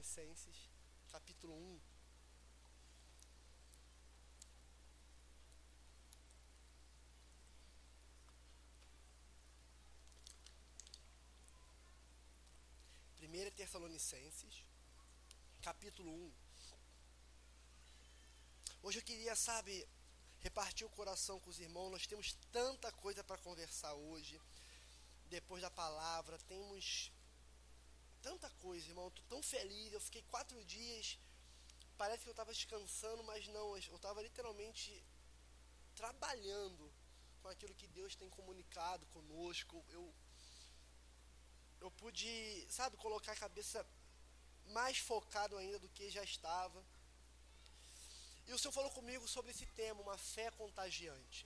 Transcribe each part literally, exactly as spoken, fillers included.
Tessalonicenses, capítulo um. primeira Tessalonicenses, capítulo um. Hoje eu queria, sabe, repartir o coração com os irmãos. Nós temos tanta coisa para conversar hoje. Depois da palavra, temos tanta coisa, irmão. Estou tão feliz. Eu fiquei quatro dias, parece que eu estava descansando, mas não. Eu estava literalmente trabalhando com aquilo que Deus tem comunicado conosco. Eu, eu pude, sabe, colocar a cabeça mais focado ainda do que já estava. E o Senhor falou comigo sobre esse tema, uma fé contagiante.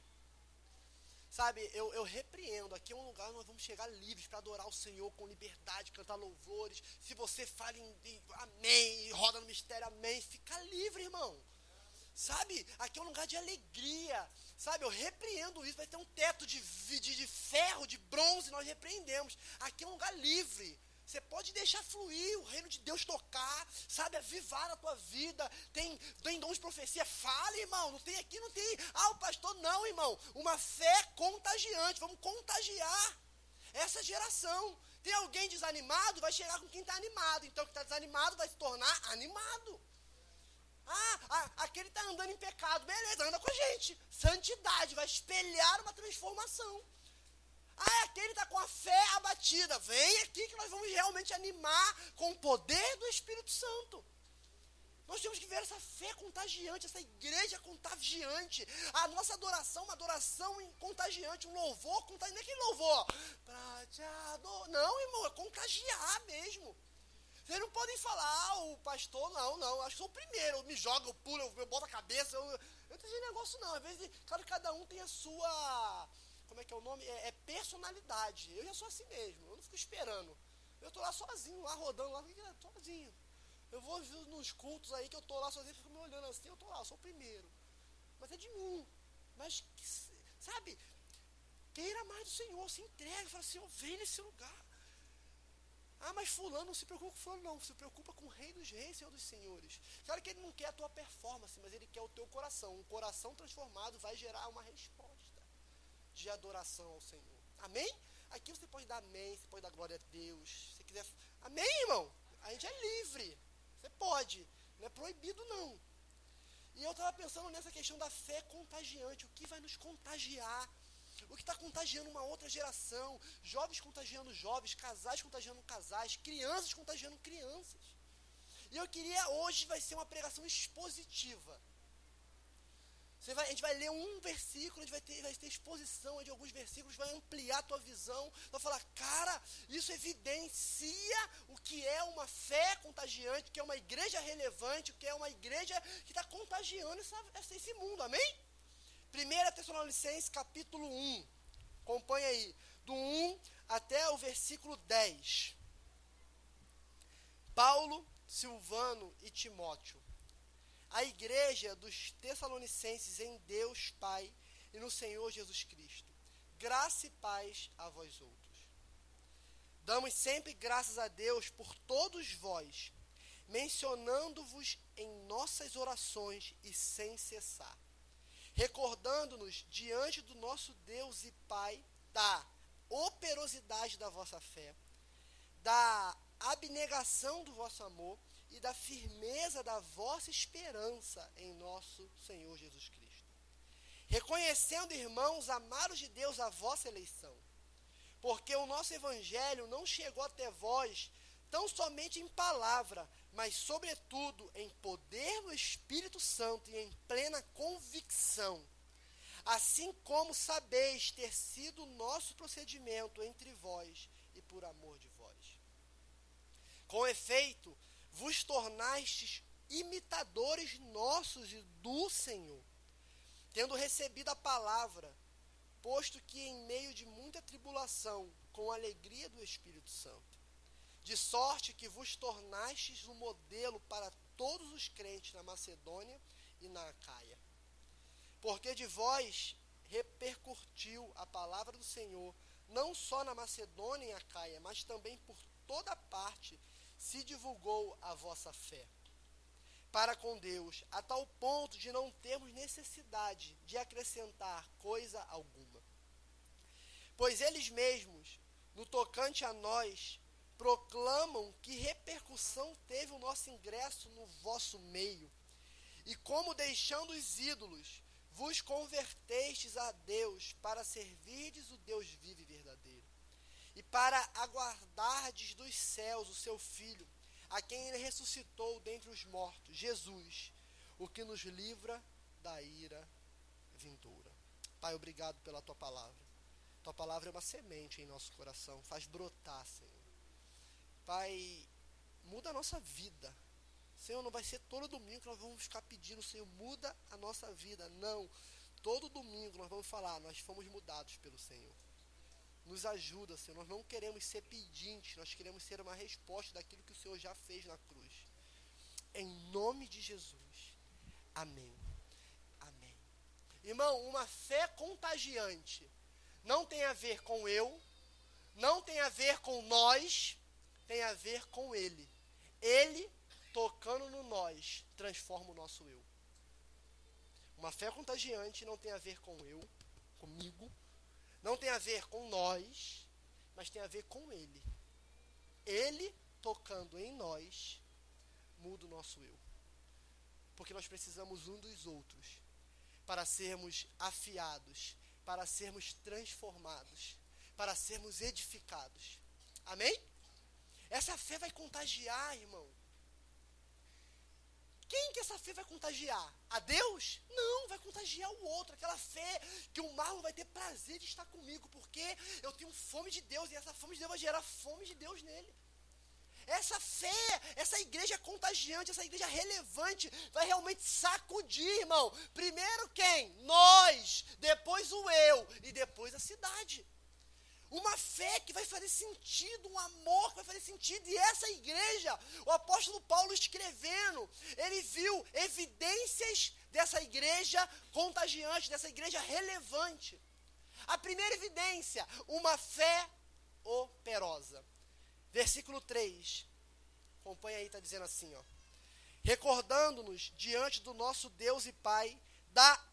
Sabe, eu, eu repreendo, aqui é um lugar onde nós vamos chegar livres para adorar o Senhor com liberdade, cantar louvores. Se você fala em, em amém, roda no mistério, amém, fica livre, irmão. Sabe, aqui é um lugar de alegria. Sabe, eu repreendo isso, vai ter um teto de, de, de ferro, de bronze, nós repreendemos. Aqui é um lugar livre. Você pode deixar fluir, o reino de Deus tocar, sabe, avivar a tua vida. Tem, tem dons de profecia, fala, irmão, não tem aqui, não tem. Ah, o pastor, não, irmão, uma fé contagiante, vamos contagiar essa geração. Tem alguém desanimado, vai chegar com quem está animado, então quem está desanimado vai se tornar animado. Ah, a, aquele está andando em pecado, beleza, anda com a gente. Santidade, vai espelhar uma transformação. Ah, aquele está com a fé abatida. Vem aqui que nós vamos realmente animar com o poder do Espírito Santo. Nós temos que ver essa fé contagiante, essa igreja contagiante. A nossa adoração, uma adoração contagiante, um louvor contagiante. Não é aquele louvor pra te adorar. Não, irmão, é contagiar mesmo. Vocês não podem falar, ah, o pastor, não, não, acho que sou o primeiro. Eu me jogo, eu pulo, eu, eu boto a cabeça. Eu, eu não tenho esse negócio, não. Às vezes, claro que cada um tem a sua... Como é que é o nome? É, é personalidade. Eu já sou assim mesmo. Eu não fico esperando. Eu tô lá sozinho, lá rodando, lá sozinho. Eu vou nos cultos aí que eu tô lá sozinho, fico me olhando assim, eu tô lá, eu sou o primeiro. Mas é de mim. Mas, sabe, queira mais do Senhor, se entregue, fala, Senhor, vem nesse lugar. Ah, mas fulano, não se preocupa com fulano, não. Se preocupa com o Rei dos Reis, Senhor dos Senhores. Claro que ele não quer a tua performance, mas ele quer o teu coração. Um coração transformado vai gerar uma resposta de adoração ao Senhor. Amém? Aqui você pode dar amém, você pode dar glória a Deus. Se você quiser. Amém, irmão? A gente é livre. Você pode. Não é proibido, não. E eu estava pensando nessa questão da fé contagiante. O que vai nos contagiar? O que está contagiando uma outra geração? Jovens contagiando jovens, casais contagiando casais, crianças contagiando crianças. E eu queria, hoje vai ser uma pregação expositiva. Você vai, a gente vai ler um versículo, a gente vai ter, vai ter exposição de alguns versículos, vai ampliar a tua visão, vai falar, cara, isso evidencia o que é uma fé contagiante, o que é uma igreja relevante, o que é uma igreja que está contagiando essa, esse mundo, amém? primeira Tessalonicenses, capítulo um, acompanha aí, do um até o versículo dez. Paulo, Silvano e Timóteo, a igreja dos Tessalonicenses em Deus Pai e no Senhor Jesus Cristo. Graça e paz a vós outros. Damos sempre graças a Deus por todos vós, mencionando-vos em nossas orações e sem cessar, recordando-nos diante do nosso Deus e Pai da operosidade da vossa fé, da abnegação do vosso amor e da firmeza da vossa esperança em nosso Senhor Jesus Cristo. Reconhecendo, irmãos, amados de Deus, a vossa eleição, porque o nosso evangelho não chegou até vós tão somente em palavra, mas sobretudo em poder do Espírito Santo e em plena convicção, assim como sabeis ter sido o nosso procedimento entre vós e por amor de vós. Com efeito, vos tornastes imitadores nossos e do Senhor, tendo recebido a palavra, posto que em meio de muita tribulação, com a alegria do Espírito Santo, de sorte que vos tornastes um modelo para todos os crentes na Macedônia e na Acaia. Porque de vós repercutiu a palavra do Senhor, não só na Macedônia e Acaia, mas também por toda parte, se divulgou a vossa fé para com Deus, a tal ponto de não termos necessidade de acrescentar coisa alguma. Pois eles mesmos, no tocante a nós, proclamam que repercussão teve o nosso ingresso no vosso meio, e como deixando os ídolos, vos convertestes a Deus para servirdes o Deus vivo e verdadeiro, e para aguardardes dos céus o seu Filho, a quem ele ressuscitou dentre os mortos, Jesus, o que nos livra da ira vindoura. Pai, obrigado pela tua palavra. Tua palavra é uma semente em nosso coração, faz brotar, Senhor. Pai, muda a nossa vida. Senhor, não vai ser todo domingo que nós vamos ficar pedindo, Senhor, muda a nossa vida. Não, todo domingo nós vamos falar, nós fomos mudados pelo Senhor. Nos ajuda, Senhor, nós não queremos ser pedintes, nós queremos ser uma resposta daquilo que o Senhor já fez na cruz. Em nome de Jesus, amém. Amém. Irmão, uma fé contagiante não tem a ver com eu, não tem a ver com nós, tem a ver com Ele. Ele, tocando no nós, transforma o nosso eu. Uma fé contagiante não tem a ver com eu, comigo, não tem a ver com nós, mas tem a ver com Ele. Ele, tocando em nós, muda o nosso eu. Porque nós precisamos um dos outros para sermos afiados, para sermos transformados, para sermos edificados. Amém? Essa fé vai contagiar, irmão. Quem que essa fé vai contagiar? A Deus? Não, vai contagiar o outro. Aquela fé que o Marlon vai ter prazer de estar comigo, porque eu tenho fome de Deus, e essa fome de Deus vai gerar fome de Deus nele. Essa fé, essa igreja contagiante, essa igreja relevante, vai realmente sacudir, irmão. Primeiro quem? Nós, depois o eu, e depois a cidade. Uma fé que vai fazer sentido, um amor que vai fazer sentido. E essa igreja, o apóstolo Paulo escrevendo, ele viu evidências dessa igreja contagiante, dessa igreja relevante. A primeira evidência, uma fé operosa. Versículo três, acompanha aí, está dizendo assim, ó. Recordando-nos diante do nosso Deus e Pai da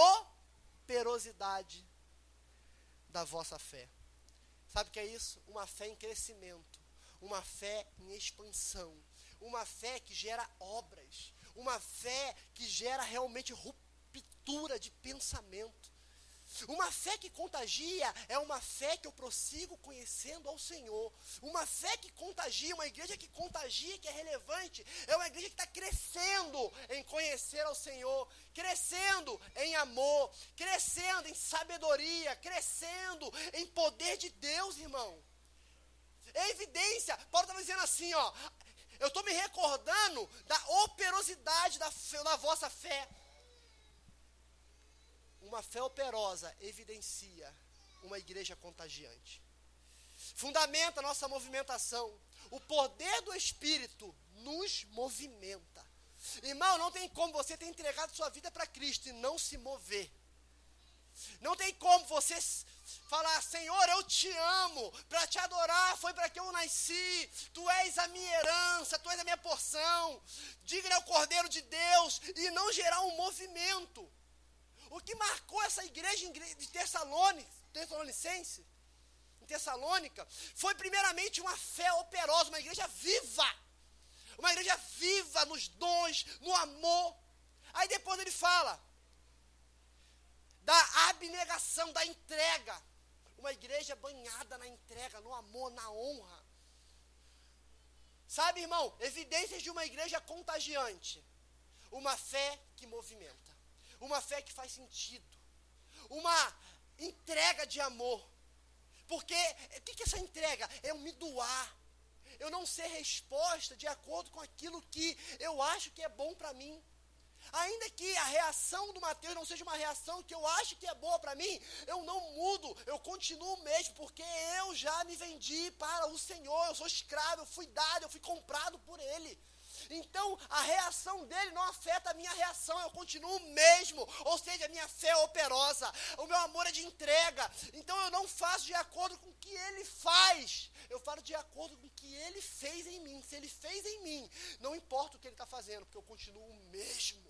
operosidade da vossa fé. Sabe o que é isso? Uma fé em crescimento, uma fé em expansão, uma fé que gera obras, uma fé que gera realmente ruptura de pensamento. Uma fé que contagia é uma fé que eu prossigo conhecendo ao Senhor. Uma fé que contagia, uma igreja que contagia, que é relevante, é uma igreja que está crescendo em conhecer ao Senhor, crescendo em amor, crescendo em sabedoria, crescendo em poder de Deus, irmão. É evidência. Paulo estava dizendo assim, ó, eu estou me recordando da operosidade da, da vossa fé. Uma fé operosa evidencia uma igreja contagiante. Fundamenta a nossa movimentação. O poder do Espírito nos movimenta. Irmão, não tem como você ter entregado sua vida para Cristo e não se mover. Não tem como você falar, Senhor, eu te amo, para te adorar foi para que eu nasci, tu és a minha herança, tu és a minha porção, digno é o Cordeiro de Deus, e não gerar um movimento. O que marcou essa igreja de Tessalonicense, em Tessalônica, foi primeiramente uma fé operosa, uma igreja viva, uma igreja viva nos dons, no amor. Aí depois ele fala da abnegação, da entrega, uma igreja banhada na entrega, no amor, na honra. Sabe, irmão, evidências de uma igreja contagiante, uma fé que movimenta. Uma fé que faz sentido, uma entrega de amor, porque o que, que é essa entrega? É eu me doar, eu não ser resposta de acordo com aquilo que eu acho que é bom para mim, ainda que a reação do Mateus não seja uma reação que eu acho que é boa para mim, eu não mudo, eu continuo mesmo, porque eu já me vendi para o Senhor, eu sou escravo, eu fui dado, eu fui comprado por Ele. Então Então, a reação dele não afeta a minha reação, eu continuo o mesmo. Ou seja, a minha fé é operosa, o meu amor é de entrega. Então, eu não faço de acordo com o que ele faz, eu faço de acordo com o que ele fez em mim. Se ele fez em mim, não importa o que ele está fazendo, porque eu continuo o mesmo.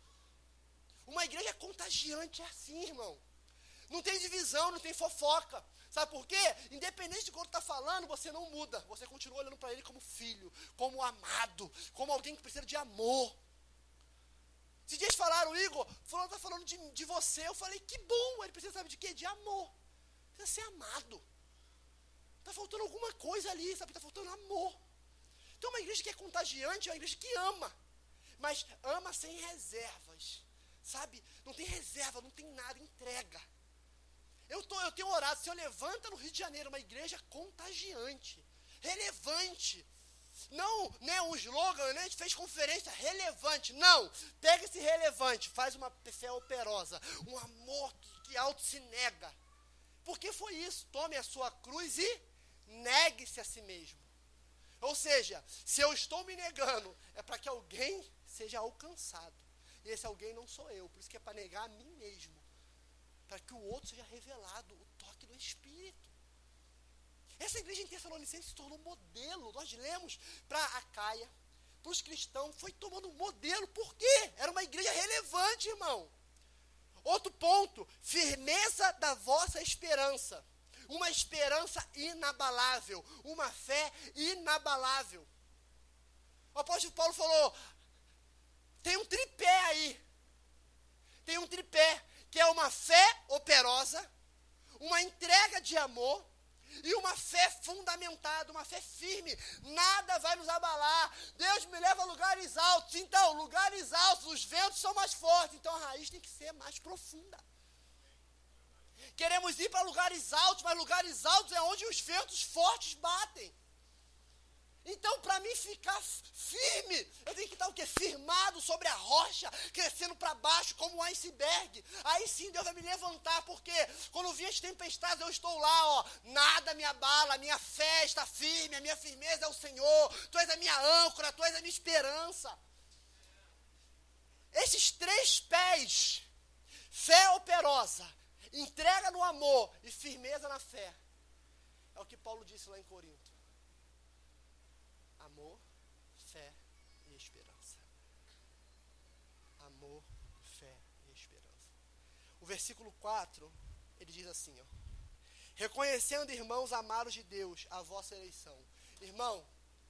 Uma igreja contagiante é assim, irmão. Não tem divisão, não tem fofoca. Sabe por quê? Independente de quando está falando, você não muda. Você continua olhando para ele como filho, como amado, como alguém que precisa de amor. Esses dias falaram, Igor, fulano está falando de, de você. Eu falei, que bom, ele precisa saber de quê? De amor. Precisa ser amado. Está faltando alguma coisa ali, sabe? Está faltando amor. Então uma igreja que é contagiante é uma igreja que ama. Mas ama sem reservas. Sabe? Não tem reserva, não tem nada, entrega. Eu, tô, eu tenho orado, Senhor, levanta no Rio de Janeiro uma igreja contagiante, relevante. Não, né, um slogan, né, a gente fez conferência, relevante. Não, pega esse relevante, faz uma fé operosa, um amor que auto se nega. Porque foi isso, tome a sua cruz e negue-se a si mesmo. Ou seja, se eu estou me negando, é para que alguém seja alcançado. E esse alguém não sou eu, por isso que é para negar a mim mesmo. Para que o outro seja revelado, o toque do Espírito. Essa igreja em Tessalonicenses se tornou modelo. Nós lemos para Acaia, para os cristãos, foi tomando um modelo. Por quê? Era uma igreja relevante, irmão. Outro ponto, firmeza da vossa esperança. Uma esperança inabalável, uma fé inabalável. O apóstolo Paulo falou, tem um tripé aí. Tem um tripé. Que é uma fé operosa, uma entrega de amor e uma fé fundamentada, uma fé firme. Nada vai nos abalar. Deus me leva a lugares altos. Então, lugares altos, os ventos são mais fortes. Então, a raiz tem que ser mais profunda. Queremos ir para lugares altos, mas lugares altos é onde os ventos fortes batem. Então, para mim ficar firme, eu tenho que estar o quê? Firmado sobre a rocha, crescendo para baixo como um iceberg. Aí sim Deus vai me levantar, porque quando vir as tempestades eu estou lá, ó, nada me abala, a minha fé está firme, a minha firmeza é o Senhor, Tu és a minha âncora, Tu és a minha esperança. Esses três pés, fé operosa, entrega no amor e firmeza na fé, é o que Paulo disse lá em Corinto. Amor, fé e esperança. Amor, fé e esperança. O versículo quatro, ele diz assim, ó. Reconhecendo, irmãos, amados de Deus, a vossa eleição. Irmão,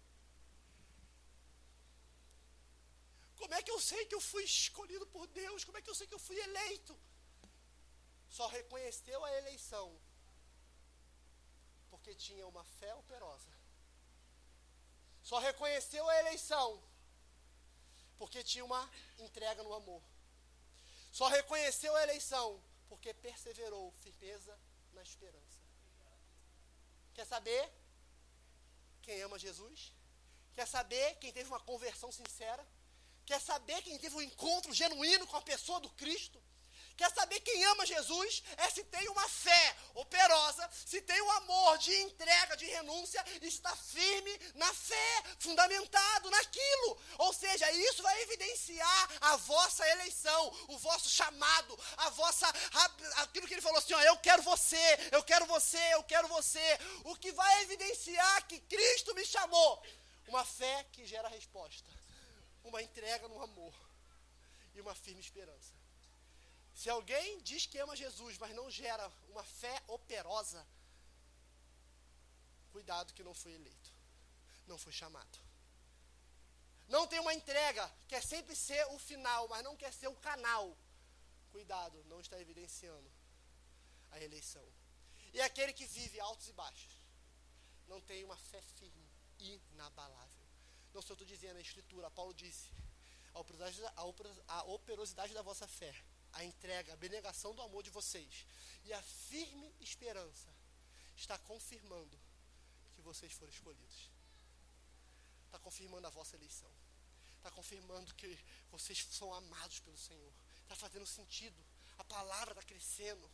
como é que eu sei que eu fui escolhido por Deus? Como é que eu sei que eu fui eleito? Só reconheceu a eleição porque tinha uma fé operosa. Só reconheceu a eleição porque tinha uma entrega no amor. Só reconheceu a eleição porque perseverou, firmeza na esperança. Quer saber quem ama Jesus? Quer saber quem teve uma conversão sincera? Quer saber quem teve um encontro genuíno com a pessoa do Cristo? Quer saber quem ama Jesus? É se tem uma fé operosa, se tem um amor de entrega, de renúncia, e está firme na fé, fundamentado naquilo. Ou seja, isso vai evidenciar a vossa eleição, o vosso chamado, a vossa, aquilo que ele falou assim, ó, eu quero você, eu quero você, eu quero você. O que vai evidenciar que Cristo me chamou. Uma fé que gera resposta, uma entrega no amor e uma firme esperança. Se alguém diz que ama Jesus, mas não gera uma fé operosa, cuidado que não foi eleito, não foi chamado. Não tem uma entrega, quer sempre ser o final, mas não quer ser o canal. Cuidado, não está evidenciando a eleição. E aquele que vive altos e baixos, não tem uma fé firme, inabalável. Não só estou dizendo, a Escritura, Paulo disse, a operosidade, a operosidade da vossa fé, a entrega, a abnegação do amor de vocês e a firme esperança está confirmando que vocês foram escolhidos. Está confirmando a vossa eleição. Está confirmando que vocês são amados pelo Senhor. Está fazendo sentido. A palavra está crescendo.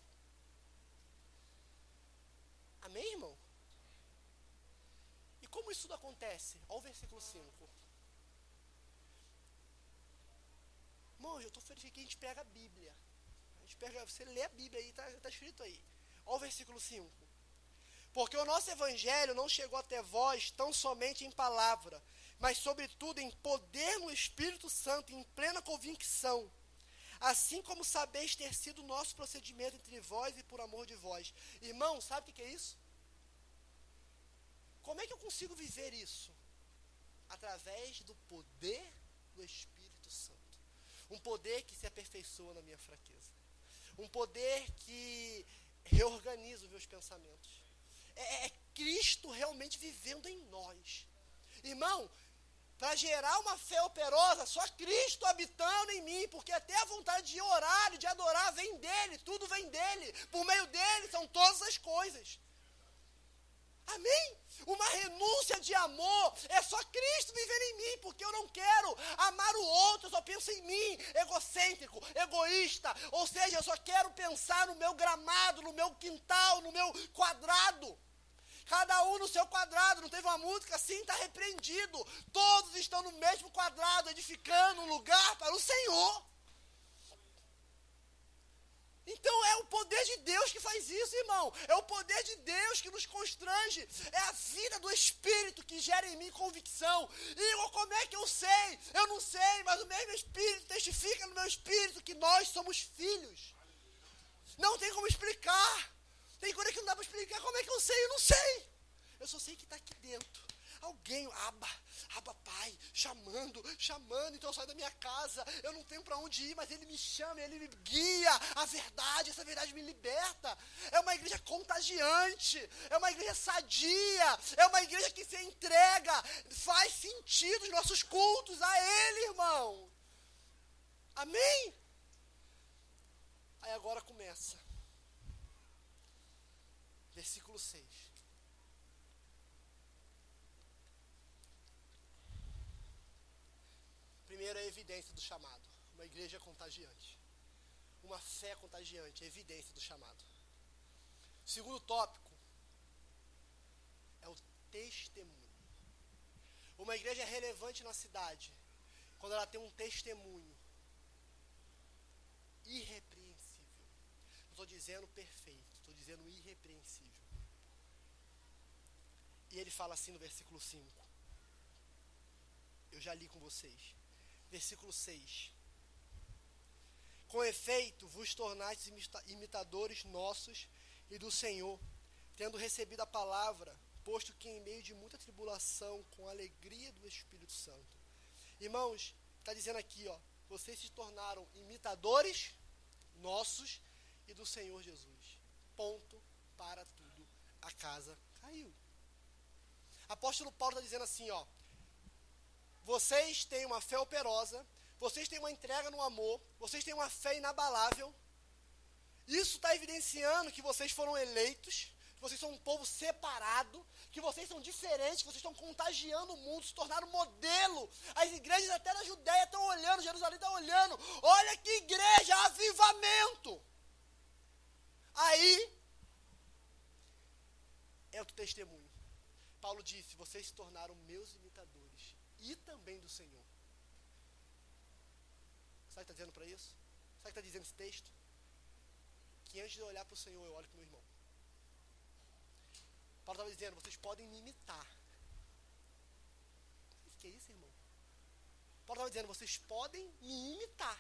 Amém, irmão? E como isso tudo acontece? Olha o versículo cinco. Irmãos, eu estou feliz que a gente pega a Bíblia. A gente pega, você lê a Bíblia aí, está tá escrito aí. Olha o versículo cinco. Porque o nosso evangelho não chegou até vós tão somente em palavra, mas sobretudo em poder no Espírito Santo, em plena convicção. Assim como sabeis ter sido o nosso procedimento entre vós e por amor de vós. Irmão, sabe o que é isso? Como é que eu consigo viver isso? Através do poder do Espírito Santo. Um poder que se aperfeiçoa na minha fraqueza. Um poder que reorganiza os meus pensamentos. É, é Cristo realmente vivendo em nós. Irmão, para gerar uma fé operosa, só Cristo habitando em mim, porque até a vontade de orar e de adorar vem dele, tudo vem dele, por meio dele são todas as coisas. Amém? Uma renúncia de amor, é só Cristo vivendo em mim, porque eu não quero amar o outro, eu só penso em mim, egocêntrico, egoísta, ou seja, eu só quero pensar no meu gramado, no meu quintal, no meu quadrado. Cada um no seu quadrado, não teve uma música assim, está repreendido. Todos estão no mesmo quadrado, edificando um lugar para o Senhor. Então é o poder de Deus que faz isso, irmão. É o poder de Deus que nos constrange. É a vida do Espírito que gera em mim convicção. E como é que eu sei? Eu não sei, mas o mesmo Espírito testifica no meu Espírito que nós somos filhos. Não tem como explicar. Tem coisa que não dá para explicar. Como é que eu sei? Eu não sei. Eu só sei que está aqui dentro. Alguém, aba, aba pai, chamando, chamando, então eu saio da minha casa, eu não tenho para onde ir, mas ele me chama, ele me guia, a verdade, essa verdade me liberta. É uma igreja contagiante, é uma igreja sadia, é uma igreja que se entrega, faz sentido os nossos cultos a ele, irmão. Amém? Aí agora começa. Versículo seis. Primeiro é a evidência do chamado. Uma igreja contagiante. Uma fé contagiante, a evidência do chamado. Segundo tópico é o testemunho. Uma igreja é relevante na cidade quando ela tem um testemunho irrepreensível. Não estou dizendo perfeito, estou dizendo irrepreensível. E ele fala assim no versículo cinco. Eu já li com vocês. Versículo seis. Com efeito, vos tornastes imitadores nossos e do Senhor, tendo recebido a palavra, posto que em meio de muita tribulação, com a alegria do Espírito Santo. Irmãos, está dizendo aqui, ó, vocês se tornaram imitadores nossos e do Senhor Jesus. Ponto para tudo. A casa caiu. Apóstolo Paulo está dizendo assim, ó, vocês têm uma fé operosa, vocês têm uma entrega no amor, vocês têm uma fé inabalável. Isso está evidenciando que vocês foram eleitos, que vocês são um povo separado, que vocês são diferentes, que vocês estão contagiando o mundo, se tornaram modelo. As igrejas até na Judéia estão olhando, Jerusalém está olhando. Olha que igreja, avivamento. Aí é o testemunho. Paulo disse, vocês se tornaram meus imitadores. E também do Senhor. Sabe o que está dizendo para isso? Sabe o que está dizendo esse texto? Que antes de eu olhar para o Senhor, eu olho para o meu irmão. Paulo estava dizendo, vocês podem me imitar. O que é isso, irmão? Paulo estava dizendo, vocês podem me imitar.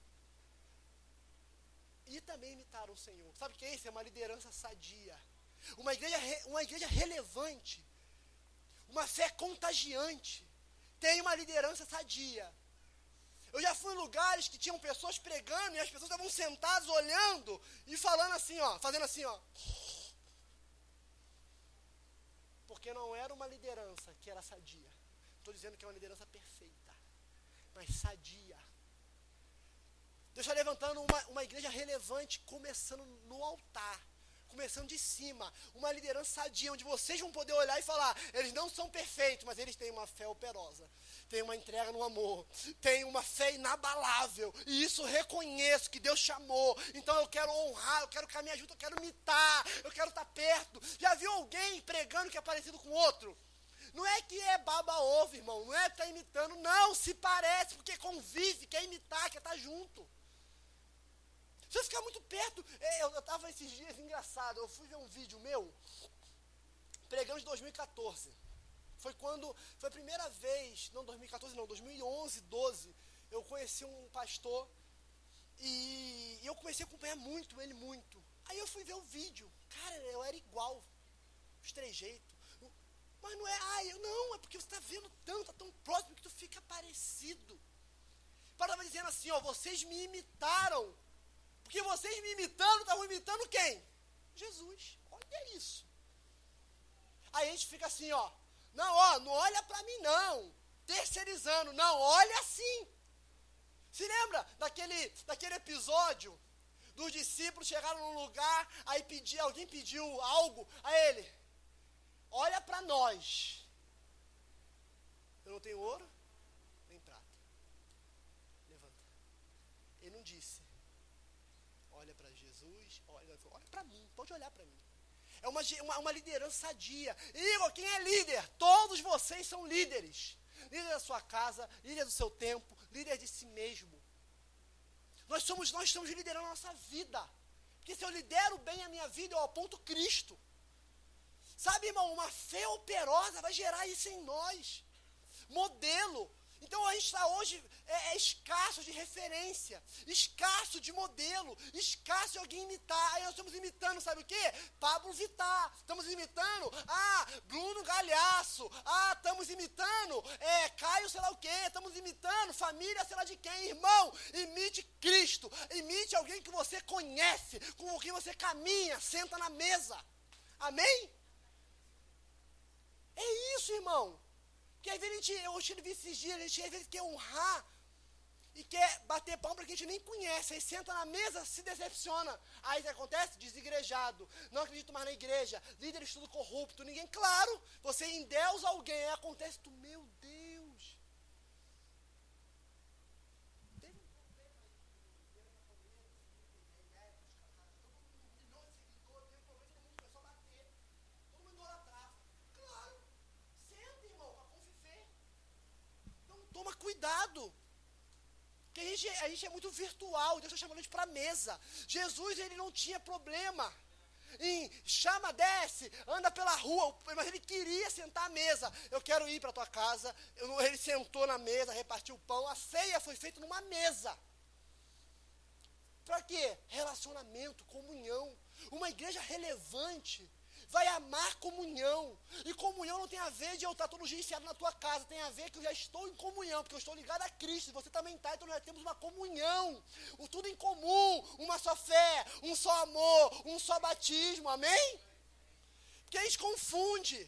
E também imitar o Senhor. Sabe o que é isso? É uma liderança sadia. Uma igreja, uma igreja relevante. Uma fé contagiante. Tem uma liderança sadia. Eu já fui em lugares que tinham pessoas pregando e as pessoas estavam sentadas olhando e falando assim, ó, fazendo assim, ó. Porque não era uma liderança que era sadia. Estou dizendo que é uma liderança perfeita, mas sadia. Deus está levantando uma, uma igreja relevante, começando no altar. Começando de cima, uma liderança sadia, onde vocês vão poder olhar e falar, eles não são perfeitos, mas eles têm uma fé operosa, têm uma entrega no amor, têm uma fé inabalável, e isso eu reconheço que Deus chamou, então eu quero honrar, eu quero caminhar junto, eu quero imitar, eu quero estar perto. Já viu alguém pregando que é parecido com outro? Não é que é baba-ovo, irmão. Não é que tá imitando. Não, se parece, porque convive, quer imitar, quer estar junto. Se eu ficar muito perto... É, eu, eu tava esses dias, engraçado, eu fui ver um vídeo meu, pregando de dois mil e catorze. Foi quando, foi a primeira vez, não dois mil e catorze não, dois mil e onze, doze, eu conheci um pastor e, e eu comecei a acompanhar muito ele, muito. Aí eu fui ver o vídeo, cara, eu era igual, os trejeitos. Mas não é, ah, eu não, é porque você está vendo tanto, tá tão próximo que tu fica parecido. Paulo estava dizendo assim, ó, vocês me imitaram, porque vocês me imitando, estavam imitando quem? Jesus, olha isso. Aí a gente fica assim, ó, não, ó, não olha para mim não, terceirizando, não, olha assim. Se lembra daquele, daquele episódio dos discípulos chegaram num lugar, aí pedi, alguém pediu algo a ele, olha para nós, eu não tenho ouro, nem prata, levanta. Ele não disse, olha para Jesus, olha, olha para mim, pode olhar para mim. É uma, uma, uma liderança sadia. Igor, quem é líder? Todos vocês são líderes. Líder da sua casa, líder do seu tempo, líder de si mesmo. Nós somos, nós estamos liderando a nossa vida. Porque se eu lidero bem a minha vida, eu aponto Cristo. Sabe, irmão, uma fé operosa vai gerar isso em nós. Modelo. Então a gente está hoje é, é escasso de referência, escasso de modelo, escasso de alguém imitar. Aí nós estamos imitando, sabe o quê? Pablo Vittar, estamos imitando, ah, Bruno Galhaço, ah, estamos imitando, é, Caio sei lá o quê, estamos imitando, família sei lá de quem. Irmão, imite Cristo, imite alguém que você conhece, com quem você caminha, senta na mesa. Amém? É isso, irmão. Porque às vezes a gente, eu estive esses dias, a gente às vezes quer honrar e quer bater palma para quem a gente nem conhece. Aí senta na mesa, se decepciona. Aí o que acontece? Desigrejado. Não acredito mais na igreja. Líderes tudo corrupto. Ninguém, claro, você endeusa alguém. Aí acontece, tu, meu Deus. Teve um problema aí. Milhões de seguidores, teve um problema, todo mundo começou a bater. Todo mundo idolatrava. Claro. Senta, irmão, para conviver. Então toma cuidado. Porque a gente, a gente é muito virtual, Deus está chamando a gente para a mesa. Jesus, ele não tinha problema em chama, desce, anda pela rua, mas ele queria sentar à mesa. Eu quero ir para a tua casa. Eu, ele sentou na mesa, repartiu o pão. A ceia foi feita numa mesa. Para quê? Relacionamento, comunhão. Uma igreja relevante vai amar comunhão. E comunhão não tem a ver de eu estar todo dia enfiado na tua casa. Tem a ver que eu já estou em comunhão, porque eu estou ligado a Cristo. E você também está, então nós temos uma comunhão. O tudo em comum, uma só fé, um só amor, um só batismo. Amém? Porque a gente confunde.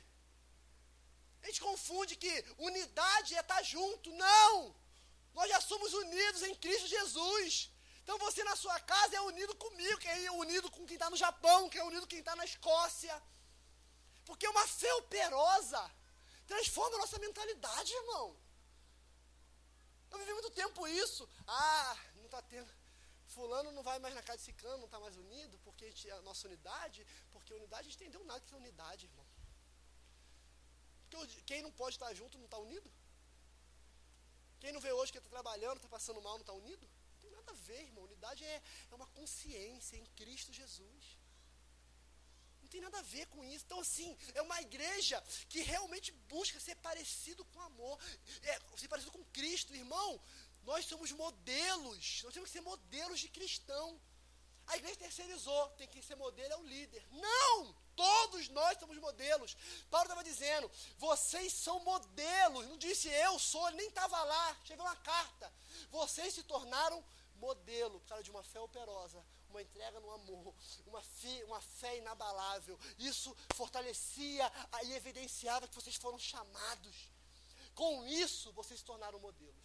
A gente confunde que unidade é estar junto. Não! Nós já somos unidos em Cristo Jesus. Então você na sua casa é unido comigo, que é unido com quem está no Japão, que é unido com quem está na Escócia. Porque uma fé operosa transforma a nossa mentalidade, irmão. Eu vivi muito tempo isso. Ah, não está tendo. Fulano não vai mais na casa de ciclano, não está mais unido, porque a, gente, a nossa unidade, porque unidade, a gente entendeu nada que é unidade, irmão. Porque quem não pode estar junto não está unido? Quem não vê hoje que está trabalhando, está passando mal, não está unido? Não tem nada a ver, irmão. Unidade é, é uma consciência em Cristo Jesus. Não tem nada a ver com isso. Então, assim, é uma igreja que realmente busca ser parecido com amor, é, ser parecido com Cristo. Irmão, nós somos modelos, nós temos que ser modelos de cristão. A igreja terceirizou, tem que ser modelo, é o líder. Não! Todos nós somos modelos. Paulo estava dizendo, vocês são modelos. Não disse eu sou, ele nem estava lá, chegou uma carta. Vocês se tornaram modelo por causa de uma fé operosa, uma entrega no amor, uma fé, uma fé inabalável. Isso fortalecia e evidenciava que vocês foram chamados. Com isso, vocês se tornaram modelos.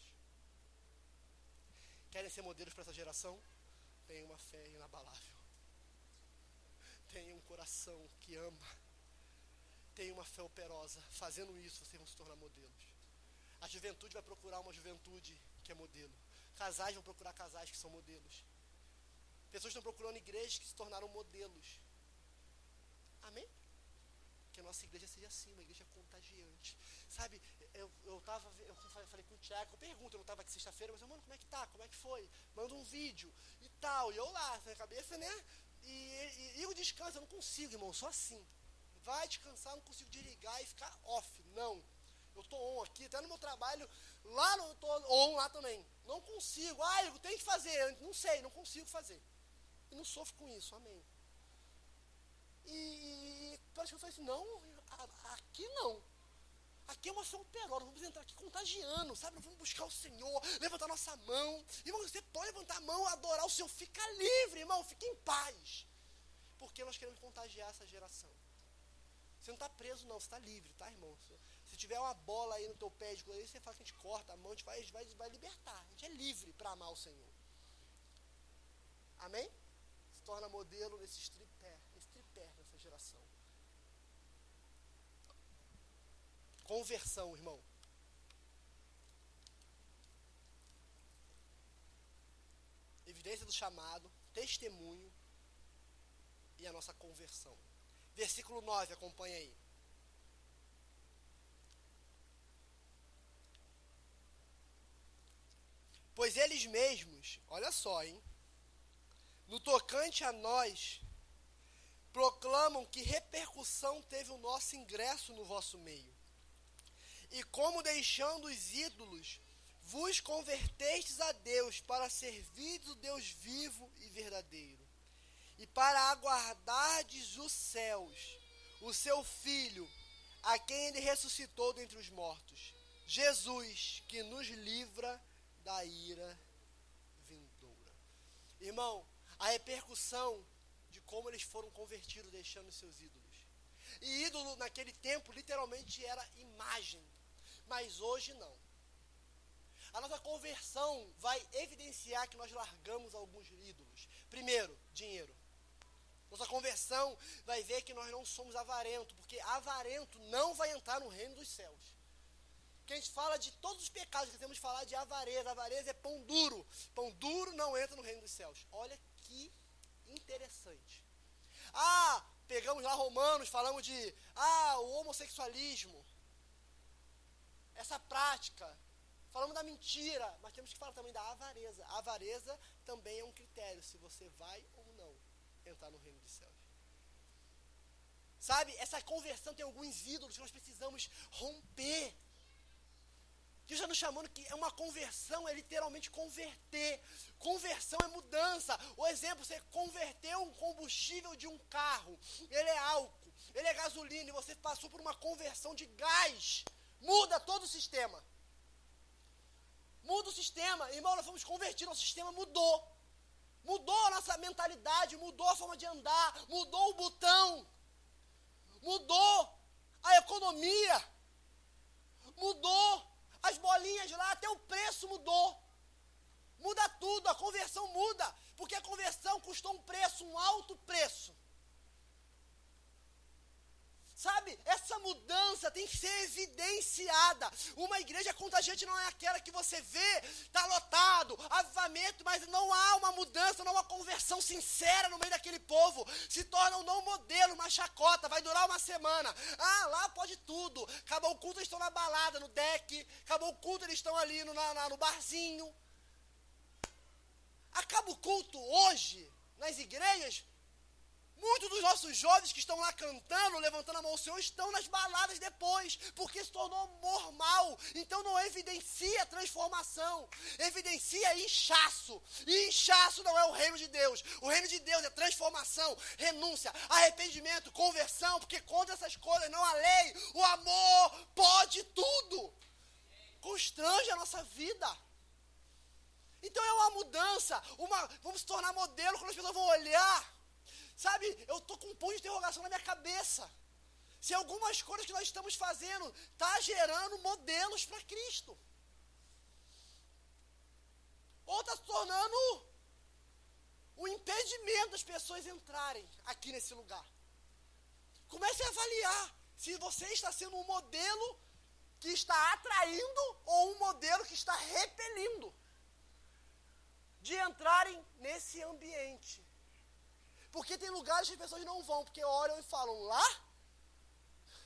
Querem ser modelos para essa geração? Tenham uma fé inabalável. Tenham um coração que ama. Tenham uma fé operosa. Fazendo isso, vocês vão se tornar modelos. A juventude vai procurar uma juventude que é modelo. Casais vão procurar casais que são modelos. Pessoas estão procurando igrejas que se tornaram modelos. Amém? que a nossa igreja seja assim, uma igreja contagiante. Sabe, eu, eu tava, eu falei com o Tiago, eu pergunto, eu não estava aqui sexta-feira, mas eu, mano, como é que tá? Como é que foi? Manda um vídeo e tal. E eu lá, na cabeça, né? E, e, e eu descanso, eu não consigo, irmão, sou assim. Vai descansar, eu não consigo desligar e ficar off. Não. Eu tô on aqui, até no meu trabalho, lá no, eu tô on lá também. Não consigo. Ah, eu tenho que fazer. Não sei, não consigo fazer. E não sofro com isso, amém. E, e parece que eu falei assim, não, aqui não. Aqui é uma super-hora, vamos entrar aqui contagiando, sabe? Nós vamos buscar o Senhor, levantar nossa mão. Irmão, você pode levantar a mão, adorar o Senhor, fica livre, irmão, fica em paz. Porque nós queremos contagiar essa geração. Você não está preso não, você está livre, tá, irmão? Se tiver uma bola aí no teu pé, de aí você fala que a gente corta a mão, a gente vai, a gente vai, vai libertar. A gente é livre para amar o Senhor. Amém? Se torna modelo nesse tripé, nesse tripé dessa geração. Conversão, irmão. Evidência do chamado, testemunho e a nossa conversão. Versículo nove, acompanha aí. Pois eles mesmos, olha só, hein? No tocante a nós, proclamam que repercussão teve o nosso ingresso no vosso meio. E como deixando os ídolos, vos convertestes a Deus para servir o Deus vivo e verdadeiro. E para aguardardes os céus, o seu Filho, a quem ele ressuscitou dentre os mortos, Jesus, que nos livra da ira vindoura. Irmão, a repercussão de como eles foram convertidos deixando os seus ídolos. E ídolo naquele tempo literalmente era imagem, mas hoje não. A nossa conversão vai evidenciar que nós largamos alguns ídolos. Primeiro, dinheiro. Nossa conversão vai ver que nós não somos avarentos, porque avarento não vai entrar no reino dos céus. Porque a gente fala de todos os pecados que temos que falar de avareza. Avareza é pão duro. Pão duro não entra no reino dos céus. Olha que interessante. Ah, pegamos lá Romanos, falamos de ah, o homossexualismo. Essa prática. Falamos da mentira, mas temos que falar também da avareza. A avareza também é um critério, se você vai ou não entrar no reino dos céus. Sabe, essa conversão tem alguns ídolos que nós precisamos romper. Deus está nos chamando que é uma conversão, é literalmente converter. Conversão é mudança. O exemplo, você converteu um combustível de um carro, ele é álcool, ele é gasolina, e você passou por uma conversão de gás. Muda todo o sistema. Muda o sistema. Irmão, nós fomos convertidos, nosso sistema mudou. Mudou a nossa mentalidade, mudou a forma de andar, mudou o botão, mudou a economia, mudou as bolinhas lá, até o preço mudou. Muda tudo, a conversão muda, porque a conversão custou um preço, um alto preço. Sabe, essa mudança tem que ser evidenciada. Uma igreja contagiante não é aquela que você vê, está lotado, avivamento, mas não há uma mudança, não há uma conversão sincera no meio daquele povo. Se torna um não modelo, uma chacota, vai durar uma semana. Ah, lá pode tudo. Acabou o culto, eles estão na balada, no deck. Acabou o culto, eles estão ali no, na, no barzinho. Acaba o culto hoje, nas igrejas. Muitos dos nossos jovens que estão lá cantando, levantando a mão ao Senhor, estão nas baladas depois, porque se tornou normal. Então não evidencia transformação, evidencia inchaço. E inchaço não é o reino de Deus. O reino de Deus é transformação, renúncia, arrependimento, conversão, porque contra essas coisas não há lei. O amor pode tudo. Constrange a nossa vida. Então é uma mudança, uma, vamos se tornar modelo quando as pessoas vão olhar. Sabe, eu estou com um ponto de interrogação na minha cabeça. Se algumas coisas que nós estamos fazendo está gerando modelos para Cristo. Ou está se tornando um impedimento das pessoas entrarem aqui nesse lugar. Comece a avaliar se você está sendo um modelo que está atraindo ou um modelo que está repelindo de entrarem nesse ambiente. Porque tem lugares que as pessoas não vão, porque olham e falam, lá?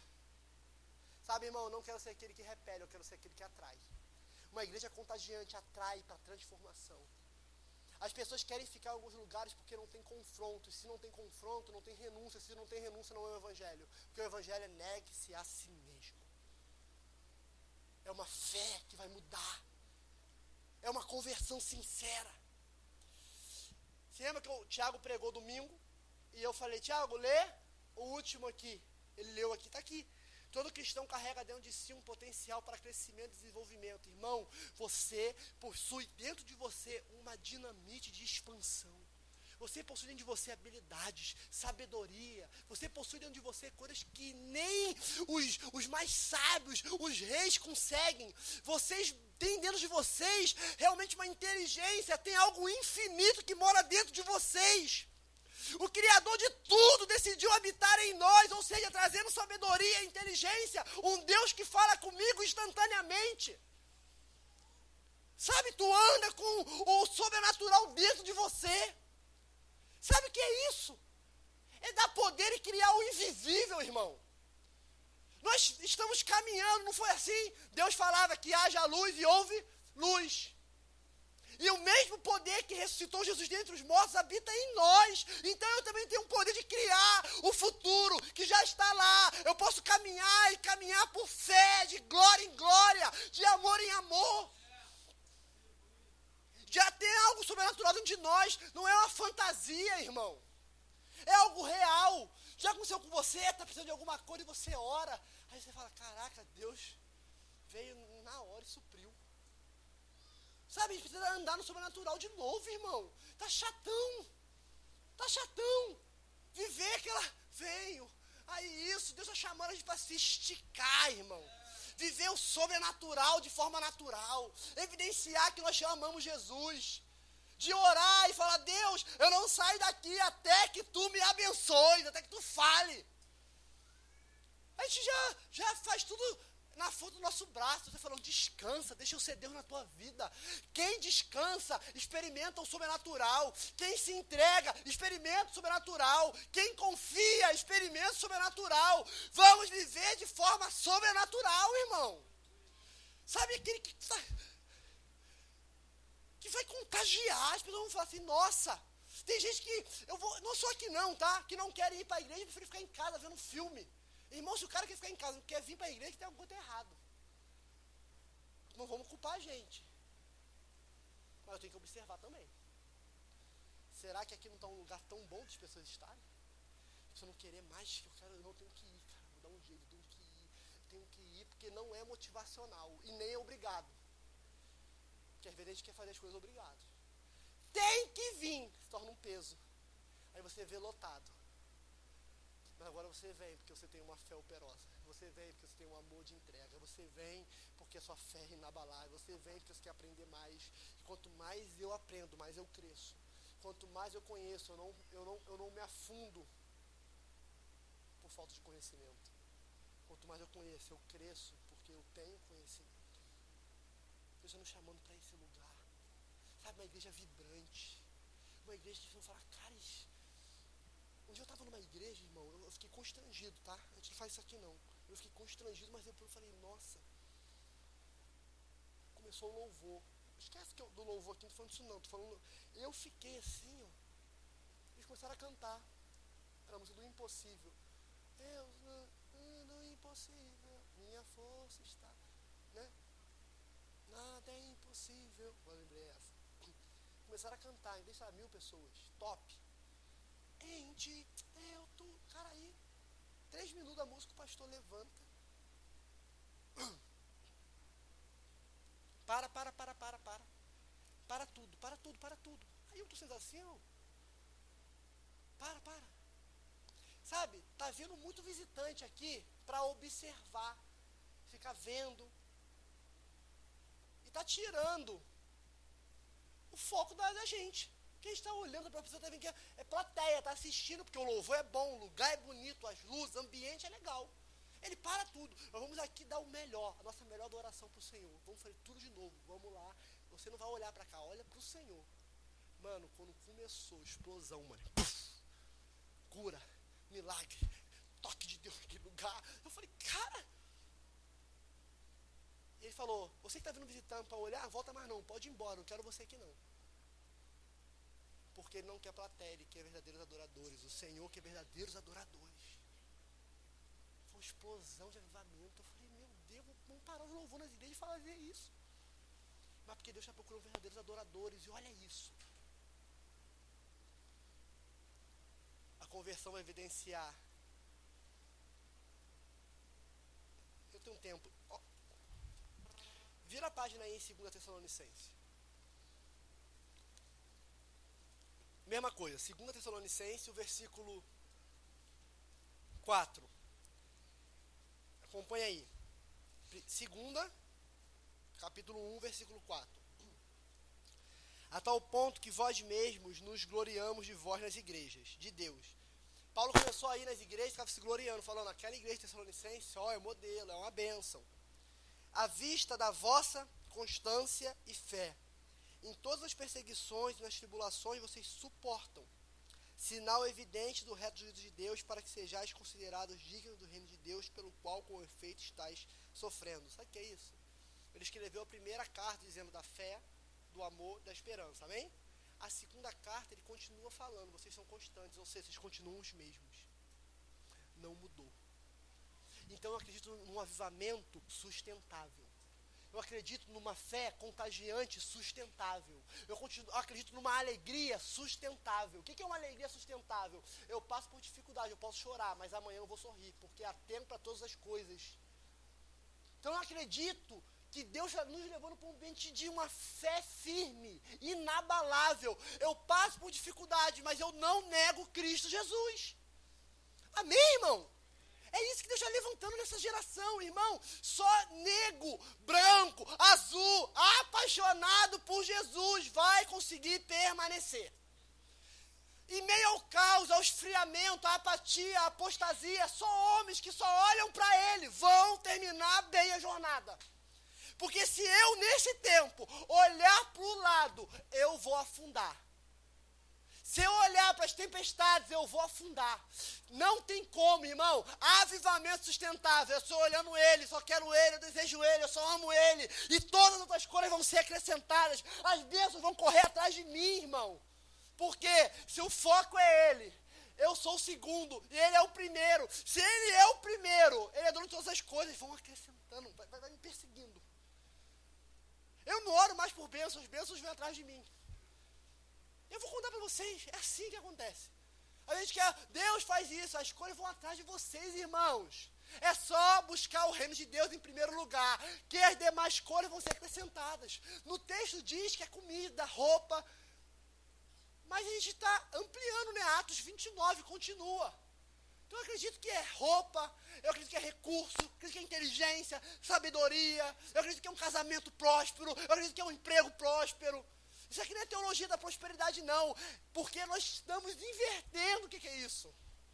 Sabe, irmão, eu não quero ser aquele que repele, eu quero ser aquele que atrai. Uma igreja contagiante atrai para transformação. As pessoas querem ficar em alguns lugares porque não tem confronto. E se não tem confronto, não tem renúncia. Se não tem renúncia, não é o evangelho. Porque o evangelho é negue-se a si mesmo. É uma fé que vai mudar. É uma conversão sincera. Você lembra que o Tiago pregou domingo? E eu falei, Tiago, lê o último aqui. Ele leu aqui, está aqui. Todo cristão carrega dentro de si um potencial para crescimento e desenvolvimento. Irmão, você possui dentro de você uma dinamite de expansão. Você possui dentro de você habilidades, sabedoria. Você possui dentro de você coisas que nem os, os mais sábios, os reis conseguem. Vocês têm dentro de vocês realmente uma inteligência, tem algo infinito que mora dentro de vocês. O Criador de tudo decidiu habitar em nós, ou seja, trazendo sabedoria e inteligência, um Deus que fala comigo instantaneamente. Sabe, tu anda com o sobrenatural dentro de você. Sabe o que é isso? É dar poder e criar o invisível, irmão. Nós estamos caminhando, não foi assim? Deus falava que haja luz e houve luz. E o mesmo poder que ressuscitou Jesus dentre os mortos habita em nós. Então eu também tenho o poder de criar o futuro que já está lá. Eu posso caminhar e caminhar por fé, de glória em glória, de amor em amor. Já tem algo sobrenatural dentro de nós. Não é uma fantasia, irmão. É algo real. Já aconteceu com você, está precisando de alguma coisa e você ora. Aí você fala, caraca, Deus veio na hora e supriu. Sabe, a gente precisa andar no sobrenatural de novo, irmão. Tá chatão. Tá chatão. Viver aquela... Venho. Aí isso, Deus está chamando a gente para se esticar, irmão. Viver o sobrenatural de forma natural. Evidenciar que nós chamamos Jesus. De orar e falar, Deus, eu não saio daqui até que tu me abençoes, até que tu fale. A gente já, já faz tudo na força do nosso braço. Você falou, descansa, deixa eu ser Deus na tua vida. Quem descansa, experimenta o sobrenatural. Quem se entrega, experimenta o sobrenatural. Quem confia, experimenta o sobrenatural. Vamos viver de forma sobrenatural, irmão. Sabe aquele que, que vai contagiar. As pessoas vão falar assim, nossa, tem gente que, eu vou, não sou aqui não, tá? Que não querem ir para a igreja, prefere ficar em casa vendo filme. Irmão, se o cara quer ficar em casa, não quer vir para a igreja, tem alguma coisa errada. Não vamos culpar a gente. Mas eu tenho que observar também. Será que aqui não está um lugar tão bom das pessoas estarem? Se eu não querer mais, eu, quero, eu não tenho que ir, cara. Vou dar um jeito, eu tenho que ir. Tenho que ir, porque não é motivacional. E nem é obrigado. Porque às vezes a gente quer fazer as coisas obrigado. Tem que vir, se torna um peso. Aí você vê lotado. Mas agora você vem porque você tem uma fé operosa. Você vem porque você tem um amor de entrega. Você vem porque a sua fé é inabalável. Você vem porque você quer aprender mais. E quanto mais eu aprendo, mais eu cresço. Quanto mais eu conheço, eu não, eu não, eu não me afundo por falta de conhecimento. Quanto mais eu conheço, eu cresço porque eu tenho conhecimento. Deus está nos chamando para esse lugar. Sabe, uma igreja vibrante. Uma igreja que não fala, cara, um dia eu estava numa igreja, irmão, eu fiquei constrangido, tá? A gente não faz isso aqui não. Eu fiquei constrangido, mas depois eu falei, nossa. Começou o louvor. Esquece que eu, do louvor aqui, não tô falando isso não. Tô falando, eu fiquei assim, ó. Eles começaram a cantar. Era a música do impossível. Eu no impossível, minha força está, né? Nada é impossível. Agora lembrei essa. Começaram a cantar, em vez de mil pessoas. Top. Em ti, eu, tu. Cara, aí, três minutos da música, o pastor levanta. Para, para, para, para, para. Para tudo, para tudo, para tudo. Aí eu tô sendo assim, ó. Para, para. Sabe, tá vindo muito visitante aqui para observar, ficar vendo. E tá tirando o foco da, da gente. Quem está olhando para a pessoa, tá vendo que é, é plateia, tá assistindo, porque o louvor é bom, o lugar é bonito, as luzes, o ambiente é legal. Ele para tudo. Nós vamos aqui dar o melhor, a nossa melhor adoração para o Senhor. Vamos fazer tudo de novo, vamos lá. Você não vai olhar para cá, olha para o Senhor. Mano, quando começou, explosão, mano. Puff, cura, milagre, toque de Deus naquele lugar. Eu falei, cara, ele falou, você que está vindo visitando para olhar, volta mais não, pode ir embora, não quero você aqui não. Porque ele não quer plateia, ele quer verdadeiros adoradores. O Senhor quer verdadeiros adoradores. Foi uma explosão de avivamento. Eu falei, meu Deus, vamos parar os louvor nas igrejas e fazer isso. Mas porque Deus está procurando verdadeiros adoradores. E olha isso. A conversão vai evidenciar. Eu tenho um tempo. Ó, vira a página aí em segunda Tessalonicenses. Mesma coisa, segunda Tessalonicenses, o versículo quatro. Acompanha aí. Segunda, capítulo um, versículo quatro. A tal ponto que vós mesmos nos gloriamos de vós nas igrejas de Deus. Paulo começou a ir nas igrejas, estava se gloriando, falando, aquela igreja Tessalonicense, ó, é modelo, é uma bênção. À vista da vossa constância e fé. Em todas as perseguições e nas tribulações vocês suportam. Sinal evidente do reto juízo de Deus, para que sejais considerados dignos do reino de Deus, pelo qual com efeito estáis sofrendo. Sabe o que é isso? Ele escreveu a primeira carta dizendo da fé, do amor, da esperança. Amém? A segunda carta ele continua falando, vocês são constantes, ou seja, vocês continuam os mesmos. Não mudou. Então eu acredito num avivamento sustentável. Eu acredito numa fé contagiante, sustentável. Eu, continuo, eu acredito numa alegria sustentável. O que é uma alegria sustentável? Eu passo por dificuldade, eu posso chorar, mas amanhã eu vou sorrir, porque há tempo para todas as coisas. Então eu acredito que Deus está nos levando para um ambiente de uma fé firme, inabalável. Eu passo por dificuldade, mas eu não nego Cristo Jesus. Amém, irmão? É isso que Deus está levantando nessa geração, irmão. Só nego, branco, azul, apaixonado por Jesus vai conseguir permanecer. Em meio ao caos, ao esfriamento, à apatia, à apostasia, só homens que só olham para Ele vão terminar bem a jornada. Porque se eu, nesse tempo, olhar para o lado, eu vou afundar. Se eu olhar para as tempestades, eu vou afundar. Não tem como, irmão. Avivamento sustentável. Eu estou olhando Ele, só quero Ele, eu desejo Ele, eu só amo Ele. E todas as outras coisas vão ser acrescentadas. As bênçãos vão correr atrás de mim, irmão. Porque se o foco é Ele, eu sou o segundo e Ele é o primeiro. Se Ele é o primeiro, Ele é dono de todas as coisas. Vão acrescentando, vai, vai, vai me perseguindo. Eu não oro mais por bênçãos, as bênçãos vêm atrás de mim. Eu vou contar para vocês, é assim que acontece. A gente quer, Deus faz isso, as coisas vão atrás de vocês, irmãos. É só buscar o reino de Deus em primeiro lugar, que as demais coisas vão ser acrescentadas. No texto diz que é comida, roupa, mas a gente está ampliando, né? Atos vinte e nove continua. Então eu acredito que é roupa, eu acredito que é recurso, eu acredito que é inteligência, sabedoria, eu acredito que é um casamento próspero, eu acredito que é um emprego próspero. Isso aqui não é teologia da prosperidade, não, porque nós estamos invertendo o que, que é isso.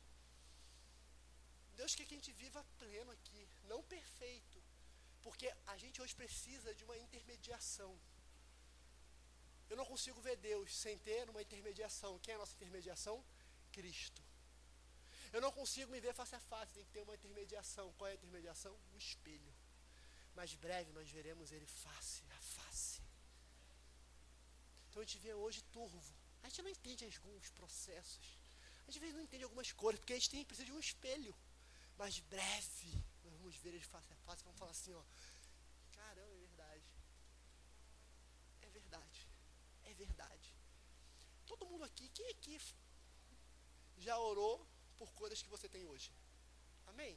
Deus quer que a gente viva pleno aqui, não perfeito, porque a gente hoje precisa de uma intermediação. Eu não consigo ver Deus sem ter uma intermediação. Quem é a nossa intermediação? Cristo. Eu não consigo me ver face a face, tem que ter uma intermediação. Qual é a intermediação? Um espelho. Mas breve nós veremos Ele face a face. Então a gente vê hoje turvo. A gente não entende alguns processos. A gente não entende algumas cores, porque a gente tem, precisa de um espelho. Mas breve nós vamos ver Ele face a face e vamos falar assim, ó. Caramba, é verdade. É verdade. É verdade. Todo mundo aqui, quem aqui já orou por coisas que você tem hoje? Amém?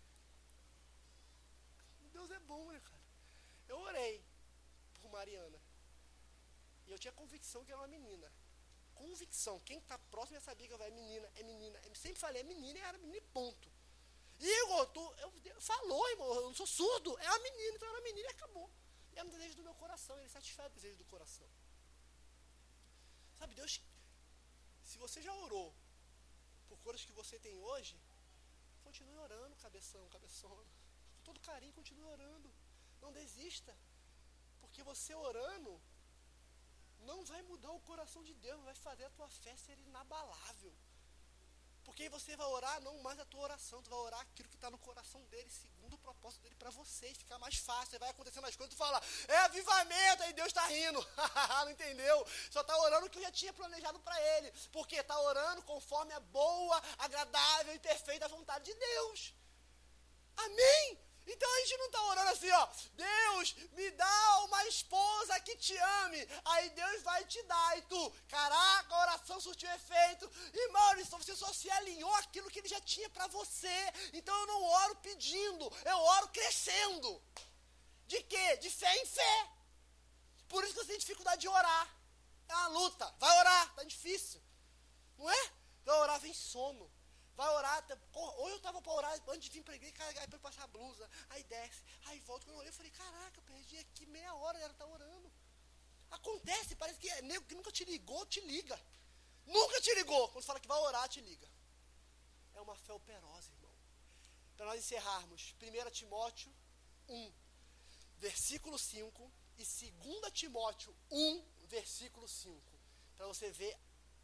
Deus é bom, né, cara? Eu orei por Mariana. E eu tinha convicção que era uma menina. Convicção. Quem está próximo já sabia que eu era menina, é menina. Eu sempre falei, é menina e era menina, ponto. Igor, tu, eu, eu, falou, irmão, eu não sou surdo. É uma menina, então era uma menina e acabou. E era um desejo do meu coração, ele satisfaz o desejo do coração. Sabe, Deus, se você já orou por coisas que você tem hoje, continue orando, cabeção, cabeçona. Com todo carinho, continue orando. Não desista. Porque você orando, não vai mudar o coração de Deus, vai fazer a tua fé ser inabalável. Porque aí você vai orar não mais a tua oração, tu vai orar aquilo que está no coração dele, segundo o propósito dele para você, e fica mais fácil, aí vai acontecendo as coisas, tu fala, é avivamento, aí Deus está rindo, não entendeu? Só está orando o que eu já tinha planejado para ele, porque está orando conforme a boa, agradável e perfeita vontade de Deus. Amém? Então a gente não está orando assim, ó, Deus, me dá uma esposa que te ame, aí Deus vai te dar, e tu, caraca, a oração surtiu efeito, irmão, então você só se alinhou aquilo que ele já tinha para você, então eu não oro pedindo, eu oro crescendo. De quê? De fé em fé. Por isso que você tem dificuldade de orar, é uma luta, vai orar, tá difícil, não é? Vai orar, vem sono. Vai orar, ou eu estava para orar antes de vir para a igreja, aí para passar a blusa, aí desce, aí volta. Quando eu olhei, eu falei, caraca, eu perdi aqui meia hora, ela está orando. Acontece, parece que é nego que nunca te ligou, te liga. Nunca te ligou. Quando fala que vai orar, te liga. É uma fé operosa, irmão. Para nós encerrarmos, primeiro Timóteo um, versículo cinco, e dois Timóteo um, versículo cinco. Para você ver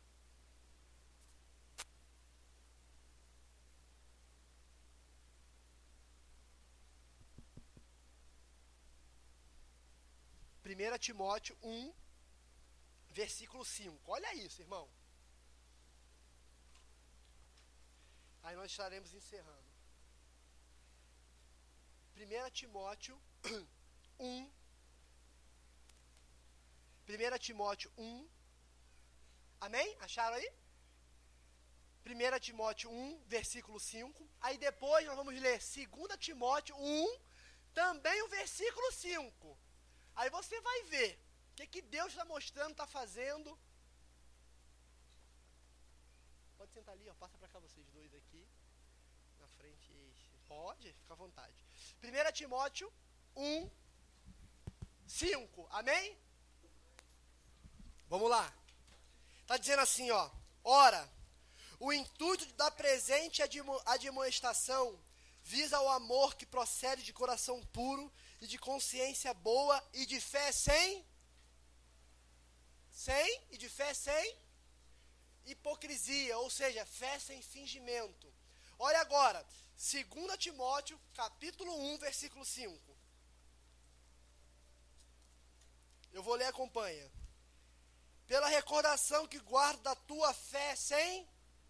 primeiro Timóteo um, versículo cinco. Olha isso, irmão. Aí nós estaremos encerrando. primeiro Timóteo um. primeiro Timóteo um. Amém? Acharam aí? primeiro Timóteo um, versículo cinco. Aí depois nós vamos ler dois Timóteo um, também o versículo cinco. Aí você vai ver o que, que Deus está mostrando, está fazendo. Pode sentar ali, ó, passa para cá vocês dois aqui. Na frente, pode, fica à vontade. primeiro Timóteo um, cinco, amém? Vamos lá. Está dizendo assim, ó. Ora, o intuito da presente admoestação visa o amor que procede de coração puro e de consciência boa e de fé sem, sem, e de fé sem hipocrisia, ou seja, fé sem fingimento. Olha agora, dois Timóteo, capítulo um, versículo cinco. Eu vou ler, acompanha. Pela recordação que guardo da tua fé sem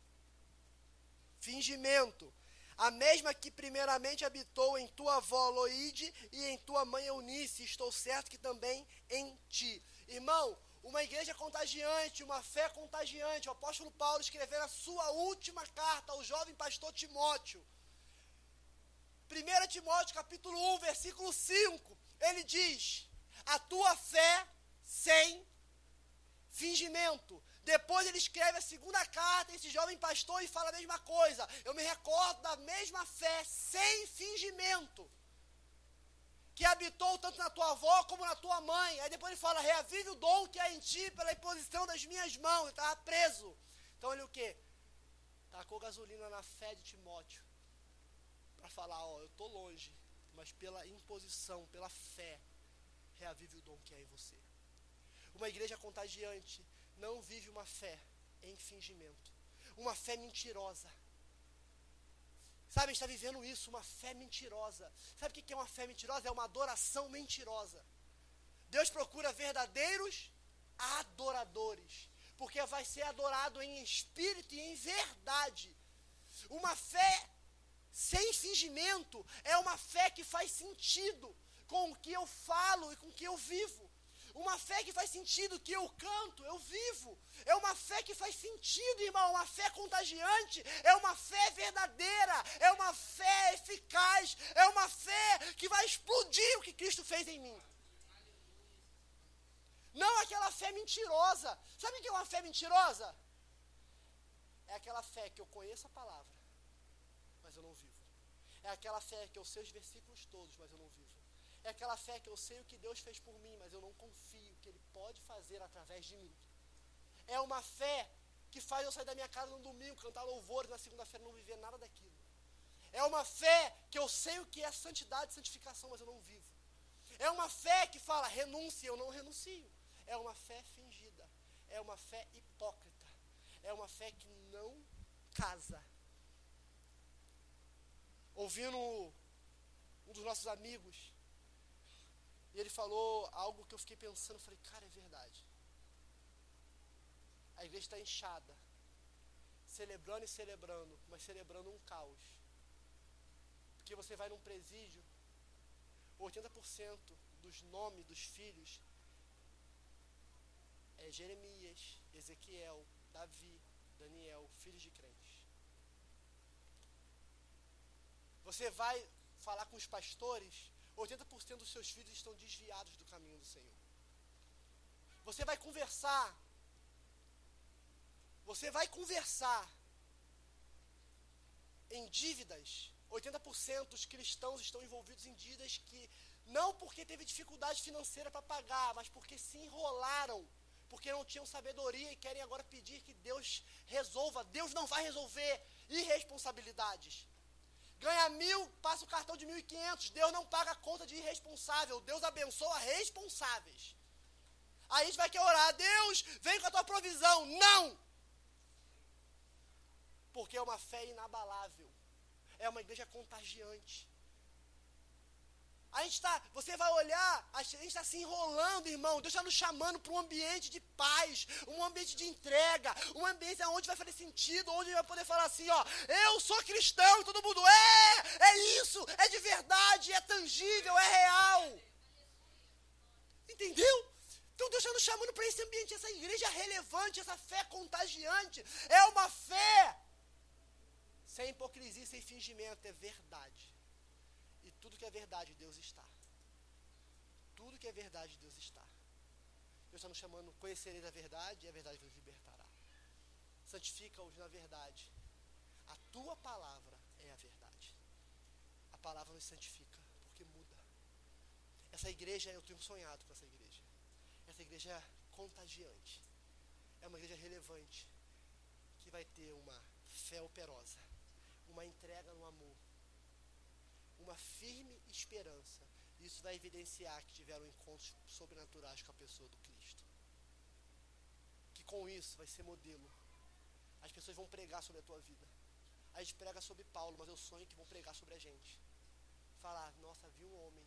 fingimento, a mesma que primeiramente habitou em tua avó Loide e em tua mãe Eunice, estou certo que também em ti. Irmão, uma igreja contagiante, uma fé contagiante. O apóstolo Paulo escreveu a sua última carta ao jovem pastor Timóteo. primeiro Timóteo, capítulo um, versículo cinco. Ele diz, a tua fé sem fingimento. Depois ele escreve a segunda carta, esse jovem pastor, e fala a mesma coisa. Eu me recordo da mesma fé, sem fingimento, que habitou tanto na tua avó como na tua mãe. Aí depois ele fala, reavive o dom que há em ti pela imposição das minhas mãos. Ele estava preso. Então ele o quê? Tacou gasolina na fé de Timóteo. Para falar, ó, eu estou longe, mas pela imposição, pela fé, reavive o dom que há em você. Uma igreja contagiante não vive uma fé em fingimento, uma fé mentirosa. Sabe, a gente está vivendo isso, uma fé mentirosa. Sabe o que é uma fé mentirosa? É uma adoração mentirosa. Deus procura verdadeiros adoradores, porque vai ser adorado em espírito e em verdade. Uma fé sem fingimento é uma fé que faz sentido com o que eu falo e com o que eu vivo. Uma fé que faz sentido, que eu canto, eu vivo. É uma fé que faz sentido, irmão. Uma fé contagiante. É uma fé verdadeira. É uma fé eficaz. É uma fé que vai explodir o que Cristo fez em mim. Não aquela fé mentirosa. Sabe o que é uma fé mentirosa? É aquela fé que eu conheço a palavra, mas eu não vivo. É aquela fé que eu sei os versículos todos, mas eu não vivo. É aquela fé que eu sei o que Deus fez por mim, mas eu não confio que Ele pode fazer através de mim. É uma fé que faz eu sair da minha casa no domingo, cantar louvores, na segunda-feira não viver nada daquilo. É uma fé que eu sei o que é santidade e santificação, mas eu não vivo. É uma fé que fala renúncia, eu não renuncio. É uma fé fingida. É uma fé hipócrita. É uma fé que não casa. Ouvindo um dos nossos amigos, e ele falou algo que eu fiquei pensando, falei, cara, é verdade. A igreja está inchada, celebrando e celebrando, mas celebrando um caos. Porque você vai num presídio, oitenta por cento dos nomes dos filhos é Jeremias, Ezequiel, Davi, Daniel, filhos de crentes. Você vai falar com os pastores, oitenta por cento dos seus filhos estão desviados do caminho do Senhor. Você vai conversar, você vai conversar em dívidas, oitenta por cento dos cristãos estão envolvidos em dívidas que, não porque teve dificuldade financeira para pagar, mas porque se enrolaram, porque não tinham sabedoria e querem agora pedir que Deus resolva. Deus não vai resolver irresponsabilidades. Ganha mil, passa o cartão de mil e quinhentos, Deus não paga a conta de irresponsável, Deus abençoa responsáveis. Aí a gente vai querer orar, Deus, vem com a tua provisão. Não! Porque é uma fé inabalável, é uma igreja contagiante. A gente tá, você vai olhar, a gente está se enrolando, irmão. Deus está nos chamando para um ambiente de paz, um ambiente de entrega, um ambiente onde vai fazer sentido, onde vai poder falar assim, ó, eu sou cristão, e todo mundo, é, é isso, é de verdade, é tangível, é real. Entendeu? Então Deus está nos chamando para esse ambiente, essa igreja relevante, essa fé contagiante, é uma fé sem hipocrisia, sem fingimento, é verdade. E tudo que é verdade, Deus está. Tudo que é verdade, Deus está. Deus está nos chamando, conhecereis a verdade, e a verdade vos libertará. Santifica-os na verdade. A tua palavra é a verdade. A palavra nos santifica, porque muda. Essa igreja, eu tenho sonhado com essa igreja. Essa igreja é contagiante. É uma igreja relevante, que vai ter uma fé operosa, uma entrega no amor, uma firme esperança. Isso vai evidenciar que tiveram encontros sobrenaturais com a pessoa do Cristo. Que com isso vai ser modelo. As pessoas vão pregar sobre a tua vida. A gente prega sobre Paulo, mas eu sonho que vão pregar sobre a gente. Falar, nossa, vi um homem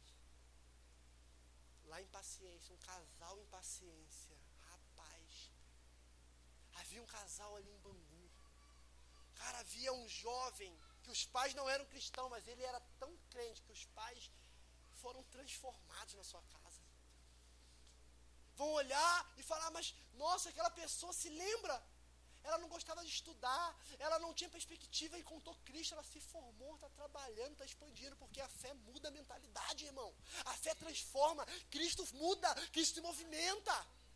lá em Paciência, um casal em Paciência. Rapaz, havia um casal ali em Bangu. Cara, havia um jovem que os pais não eram cristãos, mas ele era tão crente que os pais foram transformados na sua casa. Vão olhar e falar, mas nossa, aquela pessoa se lembra? Ela não gostava de estudar, ela não tinha perspectiva, encontrou Cristo, ela se formou, está trabalhando, está expandindo, porque a fé muda a mentalidade, irmão. A fé transforma, Cristo muda, Cristo se movimenta.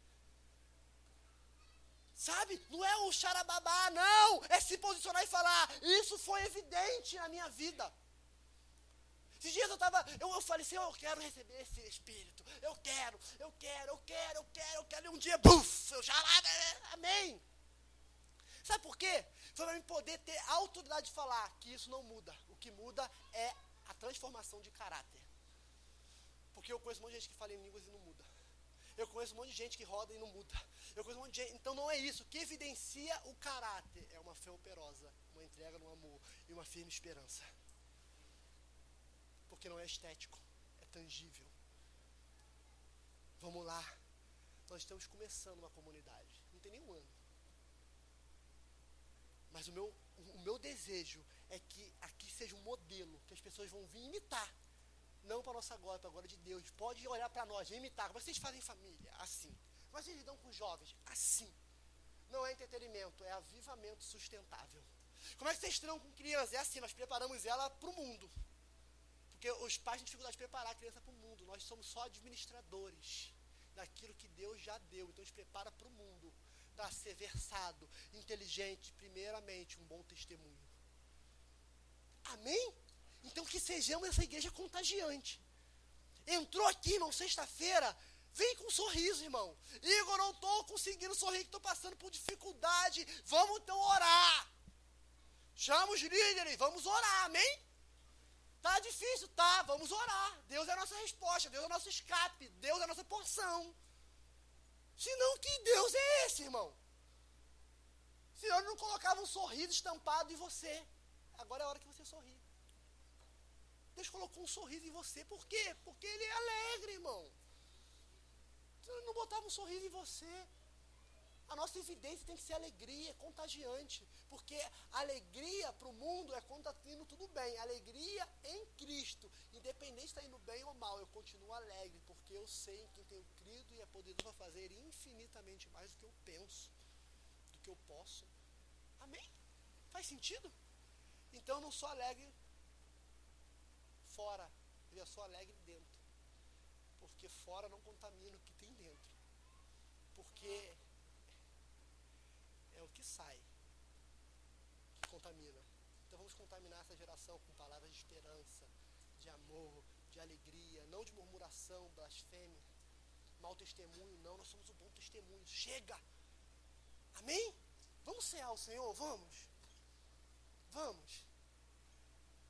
Sabe? Não é o xarababá, não. É se posicionar e falar, isso foi evidente na minha vida. Esses dias eu estava, eu, eu falei assim, eu quero receber esse Espírito. Eu quero, eu quero, eu quero, eu quero, eu quero. E um dia, buf, eu já lá, amém. Sabe por quê? Foi para mim poder ter a autoridade de falar que isso não muda. O que muda é a transformação de caráter. Porque eu conheço um monte de gente que fala em línguas e não muda. Eu conheço um monte de gente que roda e não muda. Eu conheço um monte de gente. Então não é isso. O que evidencia o caráter é uma fé operosa, uma entrega no amor e uma firme esperança. Porque não é estético, é tangível. Vamos lá. Nós estamos começando uma comunidade. Não tem nenhum ano. Mas o meu, o meu desejo é que aqui seja um modelo, que as pessoas vão vir imitar. Não para a nossa glória, para a glória de Deus. Pode olhar para nós, imitar. Como vocês fazem família? Assim. Como vocês lidam com jovens? Assim. Não é entretenimento, é avivamento sustentável. Como é que vocês lidam com crianças? É assim, nós preparamos ela para o mundo. Porque os pais têm dificuldade de preparar a criança para o mundo. Nós somos só administradores daquilo que Deus já deu. Então a gente prepara para o mundo, para ser versado, inteligente, primeiramente, um bom testemunho. Amém? Então que sejamos essa igreja contagiante. Entrou aqui, irmão, sexta-feira, vem com um sorriso, irmão. Igor, não estou conseguindo sorrir, que estou passando por dificuldade. Vamos então orar. Chama os líderes, vamos orar, amém? Tá difícil, tá, vamos orar. Deus é a nossa resposta, Deus é o nosso escape, Deus é a nossa porção. Senão, que Deus é esse, irmão? Senão ele não colocava um sorriso estampado em você. Agora é a hora que você sorri. Deus colocou um sorriso em você. Por quê? Porque ele é alegre, irmão. Ele não botava um sorriso em você. A nossa evidência tem que ser alegria, contagiante. Porque alegria para o mundo é quando está indo tudo bem. Alegria em Cristo. Independente se está indo bem ou mal, eu continuo alegre. Porque eu sei em quem tenho crido e é poderoso a fazer infinitamente mais do que eu penso, do que eu posso. Amém? Faz sentido? Então eu não sou alegre fora, eu sou alegre dentro. Porque fora não contamina o que tem dentro. Porque é o que sai que contamina. Então vamos contaminar essa geração com palavras de esperança, de amor, de alegria, não de murmuração, blasfêmia, mau testemunho, não. Nós somos um bom testemunho. Chega! Amém? Vamos cear o Senhor? Vamos? Vamos.